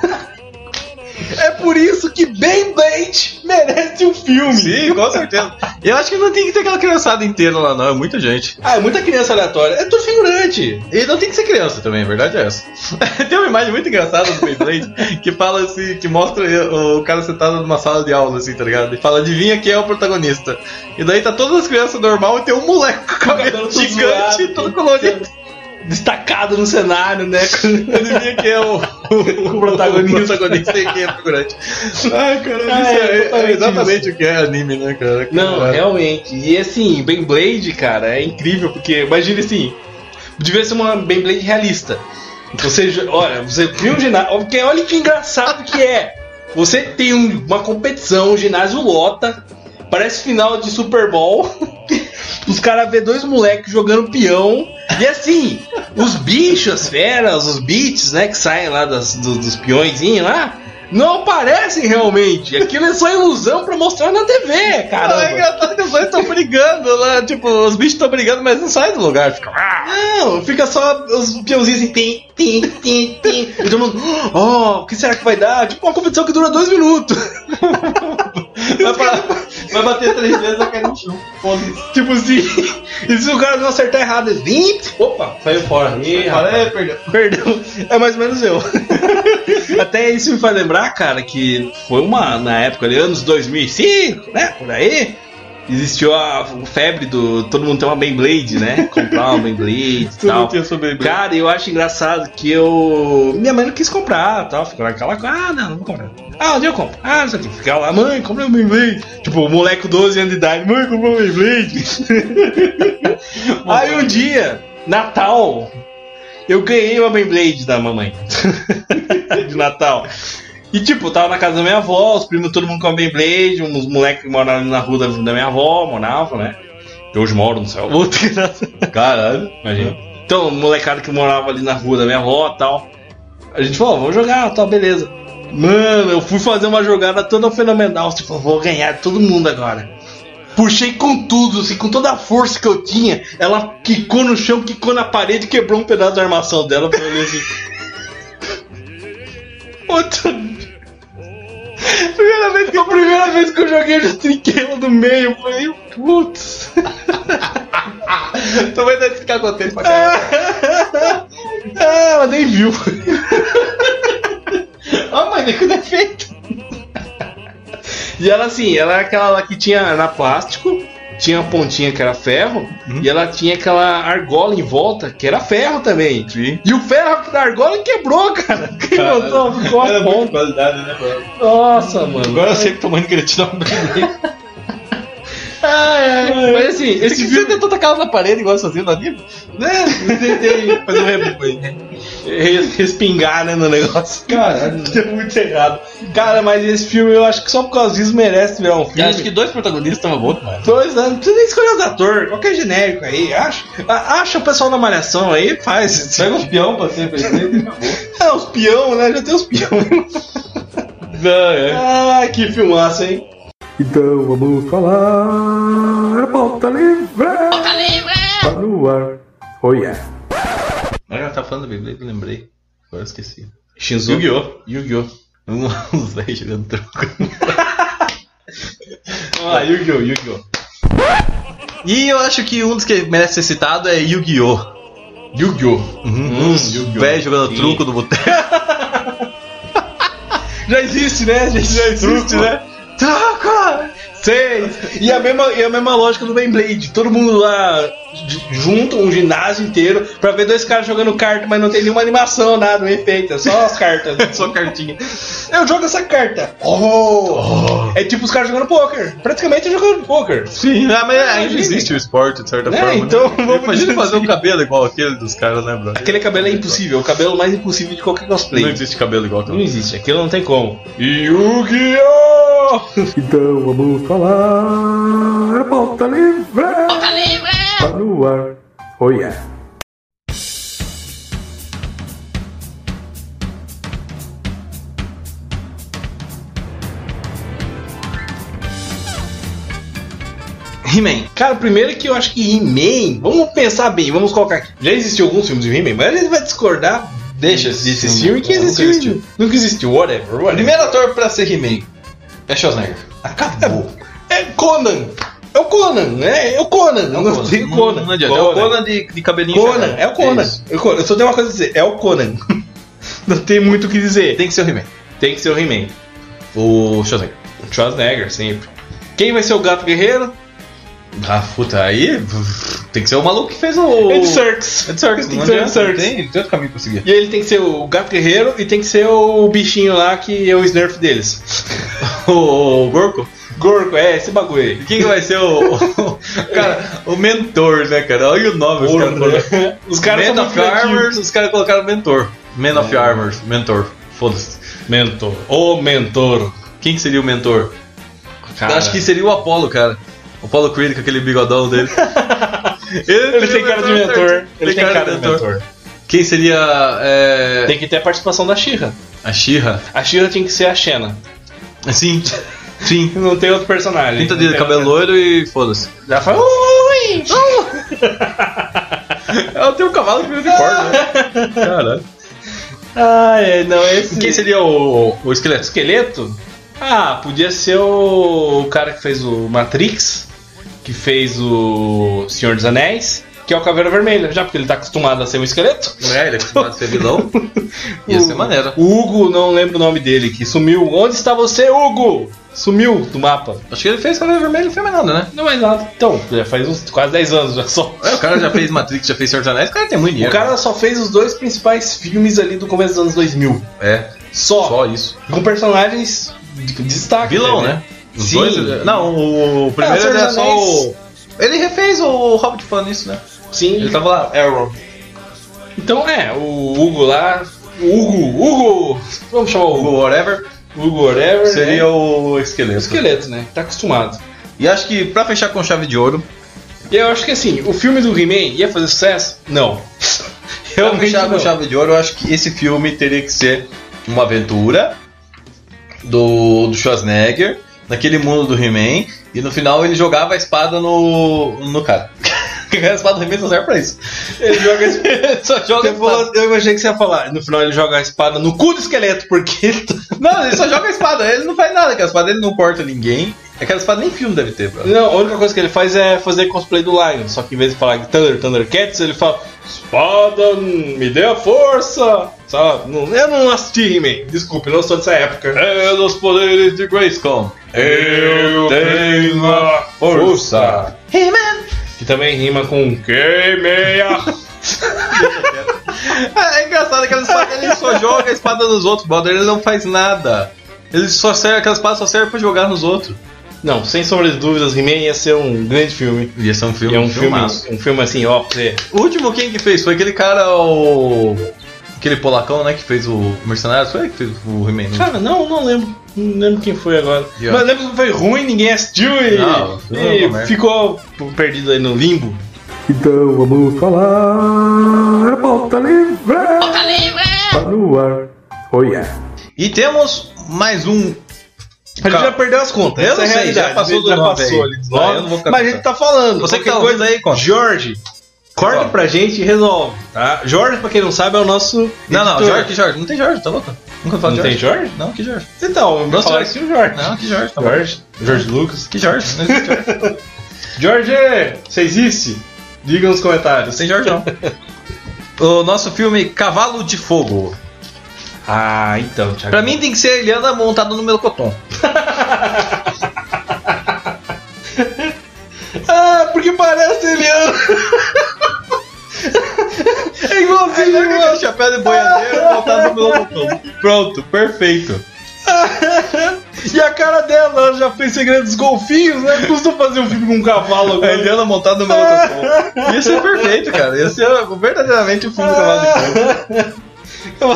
É por isso que Beyblade merece um filme. Sim, com certeza. E eu acho que não tem que ter aquela criançada inteira lá, não. É muita gente. Ah, é muita criança aleatória. É tudo figurante. E não tem que ser criança também, a verdade é essa. Tem uma imagem muito engraçada do Beyblade que fala assim, que mostra o cara sentado numa sala de aula, assim, tá ligado? E fala, adivinha quem é o protagonista. E daí tá todas as crianças normal e tem um moleque com cabelo gigante e todo colorido. Destacado no cenário, né? Adivinha quem é o, o, o protagonista, o protagonista e quem é figurante. Ai, caralho, Ah, isso é, é, totalmente é exatamente isso. o que é anime, né, cara? Não, Cara. realmente. E assim, Beyblade, cara, é incrível, porque imagine assim, devia ser uma Beyblade realista. Você, olha, você cria um ginásio, porque olha que engraçado que é. Você tem um- uma competição, o ginásio lota, parece final de Super Bowl. Os caras vê dois moleques jogando peão. E assim, os bichos, as feras, os beats, né, que saem lá das, do- dos peõezinhos lá, não aparecem realmente. Aquilo é só ilusão pra mostrar na T V, caramba. Ah, é engraçado que os dois estão brigando lá, tipo, os bichos estão brigando, mas não saem do lugar. Fica... Não, fica só os peãozinhos assim, tim, tim, tim, tim. E todo mundo, oh, o que será que vai dar? Tipo uma competição que dura dois minutos. Vai, pra... vai bater três vezes a cara no chão. Foda-se. Tipo assim, e se o cara não acertar errado, eles, vinte, opa, saiu fora. Ih, rapaz, É, perdeu. perdeu. É mais ou menos eu. Até isso me faz lembrar, cara, que foi uma, na época ali, anos dois mil e cinco, né, por aí, existiu a febre do todo mundo ter uma Beyblade, né, comprar uma Beyblade e tal. Cara, eu acho engraçado que eu... Minha mãe não quis comprar, tal, ficou naquela coisa, ah, não, não vou comprar. Ah, onde eu compro? Ah, isso aqui. Fica lá, mãe, compra uma Beyblade. Tipo, o moleque doze anos de idade, mãe, comprou uma Beyblade. Aí um dia, Natal, eu ganhei uma Beyblade da mamãe. De Natal. E tipo, eu tava na casa da minha avó, os primos, todo mundo com a Beyblade, uns moleques que moravam ali na rua da, da minha avó, moravam, né? Que hoje moram no céu. Caralho. Imagina. Então, molecada que morava ali na rua da minha avó e tal. A gente falou, vamos jogar, tá, beleza. Mano, eu fui fazer uma jogada toda fenomenal. Tipo, vou ganhar todo mundo agora. Puxei com tudo, assim, com toda a força que eu tinha. Ela quicou no chão, quicou na parede, quebrou um pedaço da armação dela. Eu olhei assim. Outra. Primeira vez que, a primeira vez que eu joguei, eu já trinquei ela do meio. Eu falei, putz. Tu vai ficar contente pra caramba. Ah, ela nem viu. Ó, mãe, vem com defeito. E ela assim, ela era aquela lá que tinha, era plástico, tinha a pontinha que era ferro, uhum. E ela tinha aquela argola em volta que era ferro também. Sim. E o ferro da argola quebrou, cara. Que noção, ficou a ponta. Qualidade, né, mano? Nossa, mano. Agora eu sei que tua mãe queria te dar um bebê. Ai, ai, mas assim, esse Você filme tentou tacar ela na parede igual sozinho no anime? Né? Eu tentei fazer um reboot aí, né? Respingar, né, no negócio. Caralho. Deu muito errado. Cara, mas esse filme eu acho que só por causa disso merece virar um filme. Eu acho que dois protagonistas estavam bons, mano. Dois anos, não precisa nem escolher os atores, qualquer genérico aí. Acha, acha o pessoal na malhação aí, faz. Pega uns peão pra ser presidente e acabou. É, os peão, né? Já tem os peão. Ah, que filmaço, hein? Então vamos falar. Pauta livre! Pauta livre! Tá no ar. Oh yeah. Agora tá falando do Beyblade, eu lembrei. Agora eu esqueci. Shinzo. Yu-Gi-Oh! Yu-Gi-Oh! Uns velhos jogando troco. Ah, Yu-Gi-Oh! Yu-Gi-Oh! E eu acho que um dos que merece ser citado é Yu-Gi-Oh! Yu-Gi-Oh! Uhum. Uns Yu-Gi-Oh! velhos jogando truco do boteco. Já existe, né? Já existe, Já existe né? Troca! Seis! E a mesma, e a mesma lógica do Beyblade. Todo mundo lá junto, um ginásio inteiro, pra ver dois caras jogando carta, mas não tem nenhuma animação, nada, um efeito, é só as cartas. Só cartinha. Eu jogo essa carta. Oh. Oh. É tipo os caras jogando poker. Praticamente jogando poker. Sim, ah, mas ainda existe o esporte, de certa é, forma. Então, né? vamos Imagina fazer um cabelo igual aquele dos caras, né, brother? Aquele cabelo é impossível, o cabelo mais impossível de qualquer cosplay. Não existe cabelo igual aquele. Não existe, aquilo não tem como. Yu-Gi-Oh! Então vamos falar. Pauta livre! Pauta livre! Tá no ar. Oh yeah. He-Man. Cara, primeiro que eu acho que He-Man, vamos pensar bem, vamos colocar aqui. Já existiu alguns filmes de He-Man, mas a gente vai discordar. Deixa desse filme que existiu. Nunca existiu. Nunca existiu, whatever, whatever. Primeiro ator pra ser He-Man é Schwarzenegger. Acabou. É, é Conan. É o Conan, né? É o Conan. Não, não tem Conan. Não, não adianta. Conan. É o Conan de, de cabelinho. Conan, é o Conan. É eu só tenho uma coisa a dizer, é o Conan. Não tem muito o que dizer. Tem que ser o He-Man. Tem que ser o He-Man. O Schwarzenegger. O Schwarzenegger, sempre. Quem vai ser o Gato Guerreiro? Ah, puta, aí tem que ser o maluco que fez o... Ed Serkis. Ed Serkis, tem que ser o Ed Serkis. Tem, tem outro caminho pra seguir. E ele tem que ser o Gato Guerreiro e tem que ser o bichinho lá que é o Smurf deles. o, o Gorko? Gorko, é, esse bagulho aí. E quem que vai ser o, o... Cara, o mentor, né, cara? Olha o nome. Porra, os caras os caras Man of Armors, os caras colocaram mentor. Man of é. Armors, mentor. Foda-se. Mentor. O mentor. Quem que seria o mentor? Cara. Acho que seria o Apollo, cara. O Apollo Creed com aquele bigodão dele. ele, ele tem cara de mentor. Ele, ele tem cara, cara de mentor. mentor. Quem seria... É... Tem que ter a participação da She-Ra. A She-Ra? A She-Ra tinha que ser a Xena. Sim. Sim. Não tem outro personagem. Pinta de cabelo loiro e foda-se. Já fala... Ui! Ela tem um cavalo que vira de corda, né? Caralho. Ah, é, não, esse... Quem seria o, o esqueleto? Esqueleto? Ah, podia ser o, o cara que fez o Matrix, que fez o Senhor dos Anéis, que é o Caveira Vermelha, já porque ele tá acostumado a ser um esqueleto. É, ele é acostumado a ser vilão. Ia ser maneiro. O Hugo, não lembro o nome dele, que sumiu. Onde está você, Hugo? Sumiu do mapa. Acho que ele fez Caveira Vermelha e não fez mais nada, né? Não mais nada. Então, já faz uns quase dez anos já só. É, o cara já fez Matrix, já fez Senhor dos Anéis, o cara tem muito dinheiro. O cara, cara só fez os dois principais filmes ali do começo dos anos dois mil. É. Só. Só isso. Com personagens de destaque. Vilão, né? né? Os Sim. Dois, não, o primeiro é, é só o... Ele refez o Hobbit Fan nisso, né? Sim. Ele tava lá, Arrow. Então é, o Hugo lá... O Hugo, Hugo... Vamos chamar o Hugo. Hugo Whatever. Hugo Whatever. Seria né? o esqueleto. O esqueleto, né? Tá acostumado. E acho que pra fechar com chave de ouro... Eu acho que assim, o filme do He-Man ia fazer sucesso? Não. Pra fechar com chave de ouro, eu acho que esse filme teria que ser uma aventura do, do Schwarzenegger naquele mundo do He-Man, e no final ele jogava a espada no, no cara. A espada do He-Man só serve pra isso. Ele joga a só joga a espada. Eu imaginei que você ia falar, no final ele joga a espada no cu do esqueleto, porque... Não, ele só joga a espada, ele não faz nada, aquela espada ele não corta ninguém. Aquela espada nem filme deve ter, bro. Não, a única coisa que ele faz é fazer cosplay do Lion, só que em vez de falar Thunder, Thundercats, ele fala espada, me dê a força, sabe? Não, eu não assisti He-Man, desculpe, não sou dessa época. É dos poderes de Grayskull, eu tenho a força. He-Man! Que também rima com Q-meia. É engraçado, aquela espada ele só joga a espada nos outros, brother, ele não faz nada. Ele só serve, aquela espada só serve pra jogar nos outros. Não, sem sombra de dúvidas, He-Man ia ser um grande filme. Ia ser um filme, é um um filme, filmaço. um filme assim, ó, pra você. O último quem que fez? Foi aquele cara, o... aquele polacão, né, que fez o Mercenários, foi ele que fez o He-Man? Cara, não, não lembro. Não lembro quem foi agora. Yeah. Mas lembro que foi ruim, ninguém assistiu e, não, e não, ficou perdido aí no limbo. Então vamos falar. Pauta livre! Pauta livre! Tá no ar. Oh yeah. E temos mais um. A gente já perdeu as contas. Eu Essa não é a sei, realidade. já passou do já nove passou aí. ali dos Vai, nove. eu não vou ficar Mas a gente tá falando. Você que qualquer tá ouvindo coisa aí, conta. Jorge, corta Resolve. pra gente e resolve, tá? Jorge, pra quem não sabe, é o nosso Não, não, editor. Jorge, que Jorge? Não tem Jorge, tá louco? Nunca falei Não de tem Jorge? Não, que Jorge? Então, eu vou Nossa, falar Jorge. assim o Jorge. Não, que Jorge, tá bom. Jorge, Jorge Lucas. Que Jorge? Não existe Jorge. Jorge, você existe? Diga nos comentários. Sem Jorge não. O nosso filme Cavalo de Fogo. Ah, então, Thiago. Pra mim tem que ser a Eliana montada no melocotão. Ah, porque parece Eliana. É igualzinho, Aí pega aquele chapéu de boiadeiro montado no melocotão. Pronto, perfeito. E a cara dela, ela já fez Segredo dos Golfinhos, né? Custou fazer um filme com um cavalo A agora. Eliana montada no melocotão. Ia ser perfeito, cara. Ia ser verdadeiramente o filme do Cavalo de Fogo.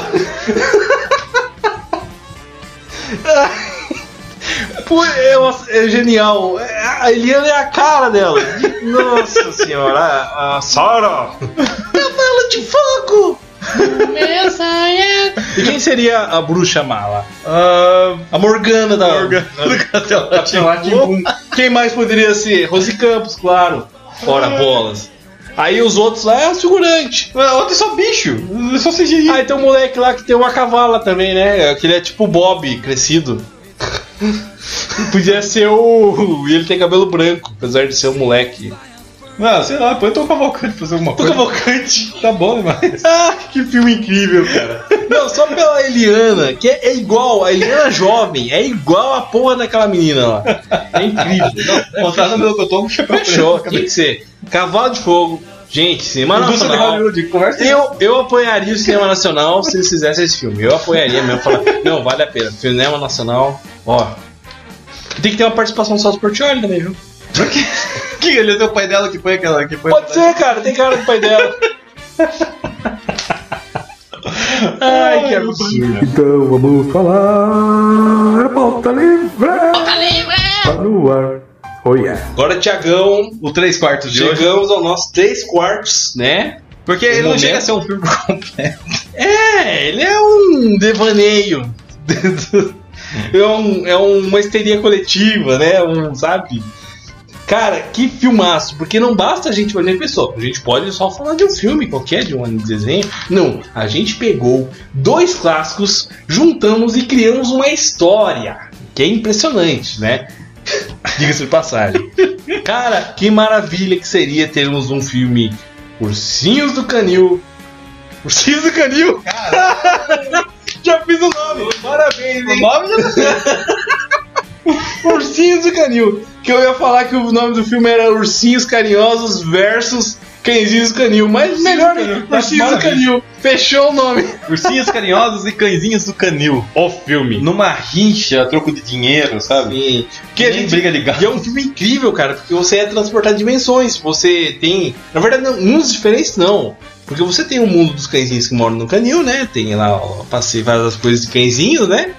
Pô, é, uma- é genial. A Eliana é a cara dela. Nossa senhora, a, a Sarah. Cavalo de fogo! Meu sonho. E quem seria a bruxa mala? Ah, A Morgana da Morgana do Castelo Capitão Rá-Tim-Bum. Quem mais poderia ser? Rose Campos, claro. Ora bolas. Aí os outros lá é o figurante. outro é só bicho. É só C G I. Aí tem um moleque lá que tem uma cavala também, né? Que ele é tipo o Bob crescido. Podia ser o. E ele tem cabelo branco, apesar de ser um moleque. Não, sei lá, põe o Cavalcante pra fazer alguma O coisa. Cavalcante. Tá bom demais. Ah, que filme incrível, cara. Não, só pela Eliana, que é, é igual, a Eliana jovem, é igual a porra daquela menina lá. É incrível. Montada no melocotão com chapéu Fechou, preto. tem que ser. Cavalo de Fogo. Gente, cinema Indústria de nacional. Hollywood, conversa aí. Eu, eu apoiaria o cinema nacional se eles fizessem esse filme. Eu apoiaria mesmo. Falar, não, vale a pena. Cinema nacional, ó. Tem que ter uma participação só do Portioli também, viu? Que ele é o pai dela que põe aquela. Que põe Pode ser, cara. Tem cara do pai dela. Ai, que absurdo. Então vamos falar. Pauta livre! Pauta livre! Tá no ar. Oh yeah. Agora, Tiagão, O três quartos de hoje. chegamos ao nosso três quartos, né? Porque ele não momento. chega a ser um filme por completo. É, ele é um devaneio. É, um, é uma histeria coletiva, né? Um, sabe? Cara, que filmaço. Porque não basta a gente fazer pessoa. A gente pode só falar de um filme qualquer, de um desenho. Não, a gente pegou dois clássicos, juntamos e criamos uma história. Que é impressionante, né? Diga-se de passagem. Cara, que maravilha que seria termos um filme Ursinhos do Canil. Ursinhos do Canil? Já fiz o nome. Parabéns, hein? Ursinhos do Canil. Que eu ia falar que o nome do filme era Ursinhos Carinhosos versus Cãezinhos do Canil. Mas melhor, Ursinhos do Canil. Fechou o nome. Ursinhos carinhosos e cãezinhos do canil. O filme. Numa rincha, a troco de dinheiro, sabe? Sim. Que a gente briga ligado. E é um filme incrível, cara, porque você é transportar dimensões. Você tem. Na verdade, não, mundos diferentes não. Porque você tem o mundo dos cãezinhos que moram no canil, né? Tem lá, ó, passei várias coisas de cãezinho, né?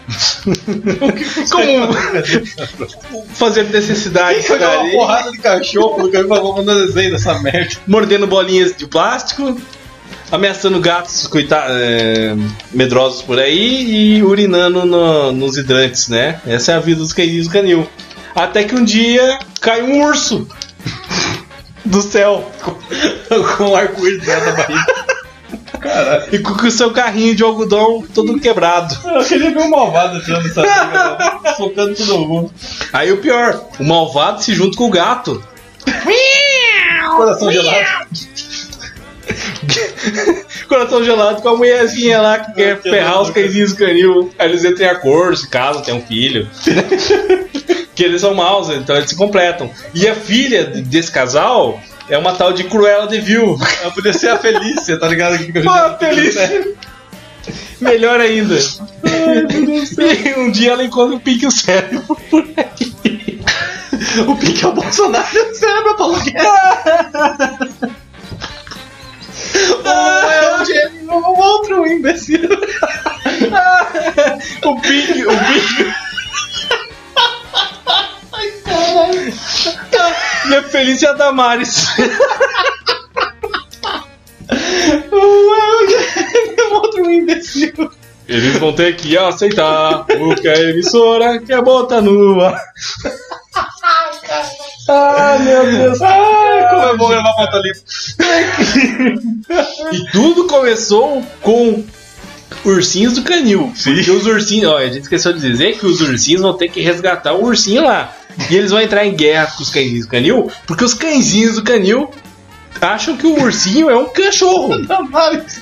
Como fazer necessidade. Jogar uma porrada de cachorro no canil pra mandar desenho dessa merda. Mordendo bolinhas de plástico. ameaçando gatos coita- é, medrosos por aí e urinando no, nos hidrantes, né? Essa é a vida dos cãezinhos do canil. Até que um dia cai um urso do céu com um arco-íris dentro da barriga. Caralho. E com o seu carrinho de algodão todo quebrado. Eu queria ver um malvado tirando essa briga, focando todo mundo. Aí o pior, o malvado se junta com o gato. Coração gelado. Coração gelado com a mulherzinha lá que quer ferrar os cãezinhos do canil. Aí eles entram em acordo, se casam, tem um filho. Que eles são maus, então eles se completam. E a filha desse casal é uma tal de Cruella de Vil. Ela podia ser a Felícia, tá ligado? Pô, a Felícia. Melhor ainda. E um dia ela encontra o Pink e o Cérebro por aí. O Pink é o Bolsonaro e o Cérebro é o Paulo Guedes. Um é um gênio, o outro é um imbecil. O Pink, o Pink. Ai, caralho. E a Felícia Damares. Um é um gênio, o outro é um imbecil. Eles vão ter que aceitar o que a emissora quer botar no ar. Ai, meu Deus. Ai, como é bom gravar pauta livre. E tudo começou com ursinhos do canil. Sim. Porque os ursinhos, ó, a gente esqueceu de dizer que os ursinhos vão ter que resgatar o ursinho lá. E eles vão entrar em guerra com os cãezinhos do canil, porque os cãezinhos do canil acham que o ursinho é um cachorro. Não vale isso.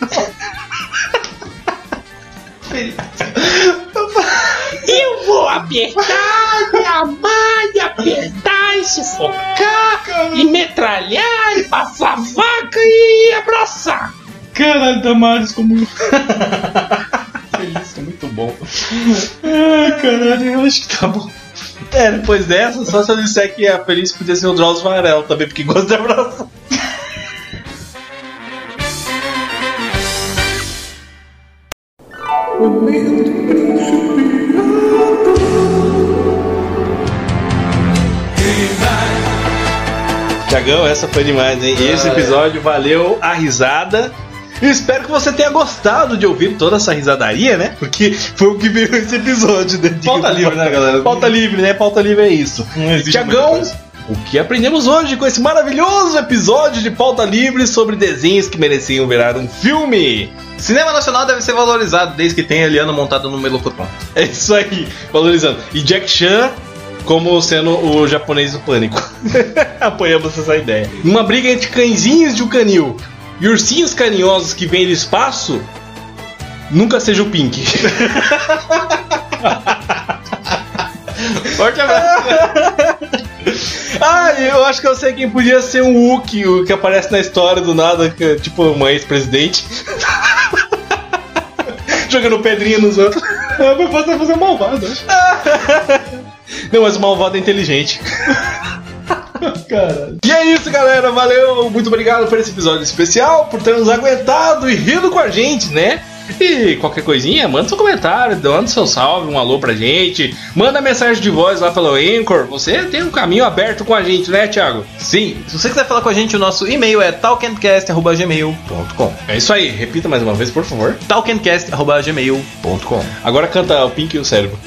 Eu vou apertar, e amar, e apertar, e sufocar, e metralhar, e passar vaca e abraçar. Caralho, Damares como. Feliz, é muito bom. Ai, caralho, eu acho que tá bom. É, depois dessa, só se eu disser que a Felícia podia ser o Drauzio Varela também, porque gosta de abraçar. Tiagão, essa foi demais, hein? E esse episódio valeu a risada. E espero que você tenha gostado de ouvir toda essa risadaria, né? Porque foi o que veio esse episódio. Né? Pauta livre, né, galera? Pauta livre, né? Pauta livre é isso. Tiagão, o que aprendemos hoje com esse maravilhoso episódio de Pauta Livre sobre desenhos que mereciam virar um filme? Cinema nacional deve ser valorizado desde que tenha Eliana montada no melocotão. É isso aí, valorizando. E Jack Chan como sendo o japonês do pânico. Apoiamos essa ideia. Uma briga entre cãezinhos de um canil e ursinhos carinhosos que vêm do espaço, nunca seja o Pink. Forte abraço. Ah, eu acho que eu sei quem podia ser um Wookie, o que aparece na história do nada, que é tipo uma ex-presidente. Jogando pedrinha nos outros. Eu posso fazer um malvado, acho. Não, mas o malvado é inteligente. Caralho. E é isso, galera. Valeu, muito obrigado por esse episódio especial, por ter nos aguentado e rido com a gente, né? E qualquer coisinha, manda seu comentário, manda seu salve, um alô pra gente, manda mensagem de voz lá pelo Anchor. Você tem um caminho aberto com a gente, né, Thiago? Sim, se você quiser falar com a gente, o nosso e-mail é talkandcast arroba gmail ponto com. É isso aí, repita mais uma vez, por favor. talkandcast arroba gmail ponto com. Agora canta o Pink e o Cérebro.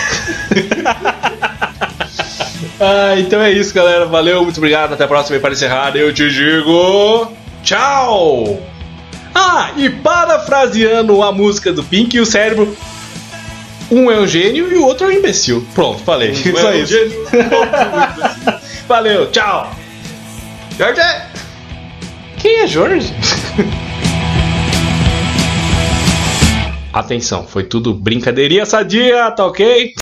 Ah, então é isso, galera. Valeu, muito obrigado. Até a próxima. E para encerrar, eu te digo tchau! Ah, e parafraseando a música do Pink e o Cérebro, um é um gênio e o outro é um imbecil. Pronto, falei. Um Só é um isso. gênio, Valeu, tchau! Jorge! Quem é Jorge? Atenção, foi tudo brincadeirinha sadia, tá ok?